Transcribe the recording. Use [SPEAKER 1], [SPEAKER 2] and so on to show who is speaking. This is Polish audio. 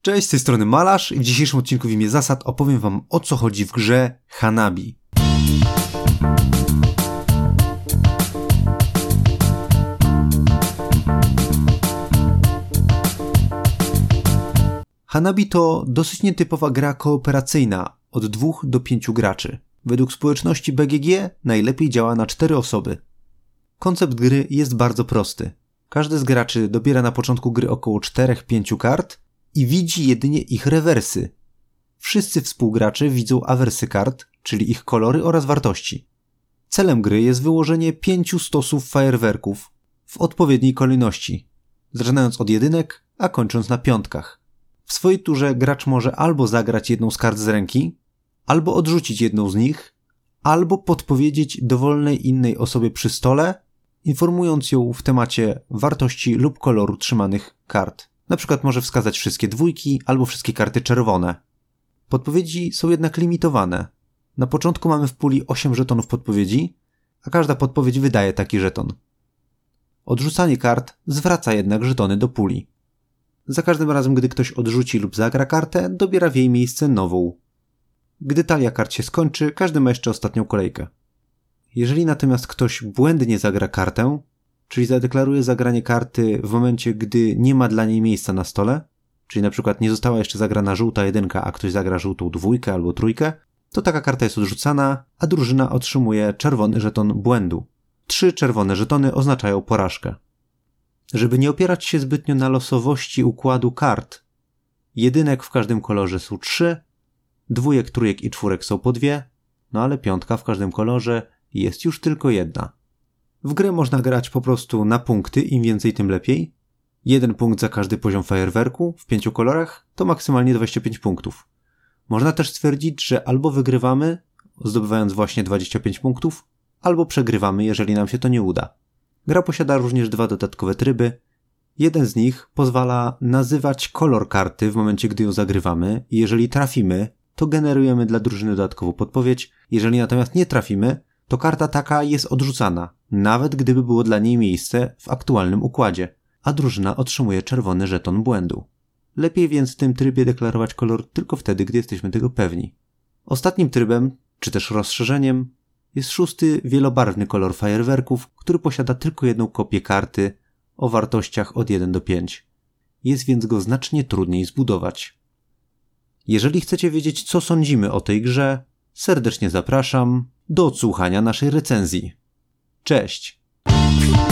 [SPEAKER 1] Cześć, z tej strony Malarz i w dzisiejszym odcinku w imię zasad opowiem wam, o co chodzi w grze Hanabi. Hanabi to dosyć nietypowa gra kooperacyjna od 2 do 5 graczy. Według społeczności BGG najlepiej działa na 4 osoby. Koncept gry jest bardzo prosty. Każdy z graczy dobiera na początku gry około 4-5 kart i widzi jedynie ich rewersy. Wszyscy współgracze widzą awersy kart, czyli ich kolory oraz wartości. Celem gry jest wyłożenie 5 stosów fajerwerków w odpowiedniej kolejności, zaczynając od jedynek, a kończąc na piątkach. W swojej turze gracz może albo zagrać jedną z kart z ręki, albo odrzucić jedną z nich, albo podpowiedzieć dowolnej innej osobie przy stole, informując ją w temacie wartości lub koloru trzymanych kart. Na przykład może wskazać wszystkie dwójki albo wszystkie karty czerwone. Podpowiedzi są jednak limitowane. Na początku mamy w puli 8 żetonów podpowiedzi, a każda podpowiedź wydaje taki żeton. Odrzucanie kart zwraca jednak żetony do puli. Za każdym razem, gdy ktoś odrzuci lub zagra kartę, dobiera w jej miejsce nową. Gdy talia kart się skończy, każdy ma jeszcze ostatnią kolejkę. Jeżeli natomiast ktoś błędnie zagra kartę, czyli zadeklaruje zagranie karty w momencie, gdy nie ma dla niej miejsca na stole, czyli na przykład nie została jeszcze zagrana żółta jedynka, a ktoś zagra żółtą dwójkę albo trójkę, to taka karta jest odrzucana, a drużyna otrzymuje czerwony żeton błędu. 3 czerwone żetony oznaczają porażkę. Żeby nie opierać się zbytnio na losowości układu kart, jedynek w każdym kolorze są 3, dwójek, trójek i czwórek są po 2, no ale piątka w każdym kolorze jest już tylko 1. W grę można grać po prostu na punkty, im więcej tym lepiej. 1 punkt za każdy poziom fajerwerku w 5 kolorach to maksymalnie 25 punktów. Można też stwierdzić, że albo wygrywamy, zdobywając właśnie 25 punktów, albo przegrywamy, jeżeli nam się to nie uda. Gra posiada również 2 dodatkowe tryby. Jeden z nich pozwala nazywać kolor karty w momencie, gdy ją zagrywamy i jeżeli trafimy, to generujemy dla drużyny dodatkową podpowiedź. Jeżeli natomiast nie trafimy, to karta taka jest odrzucana, nawet gdyby było dla niej miejsce w aktualnym układzie, a drużyna otrzymuje czerwony żeton błędu. Lepiej więc w tym trybie deklarować kolor tylko wtedy, gdy jesteśmy tego pewni. Ostatnim trybem, czy też rozszerzeniem, jest 6. wielobarwny kolor fajerwerków, który posiada tylko jedną kopię karty o wartościach od 1 do 5. Jest więc go znacznie trudniej zbudować. Jeżeli chcecie wiedzieć, co sądzimy o tej grze, serdecznie zapraszam do odsłuchania naszej recenzji. Cześć!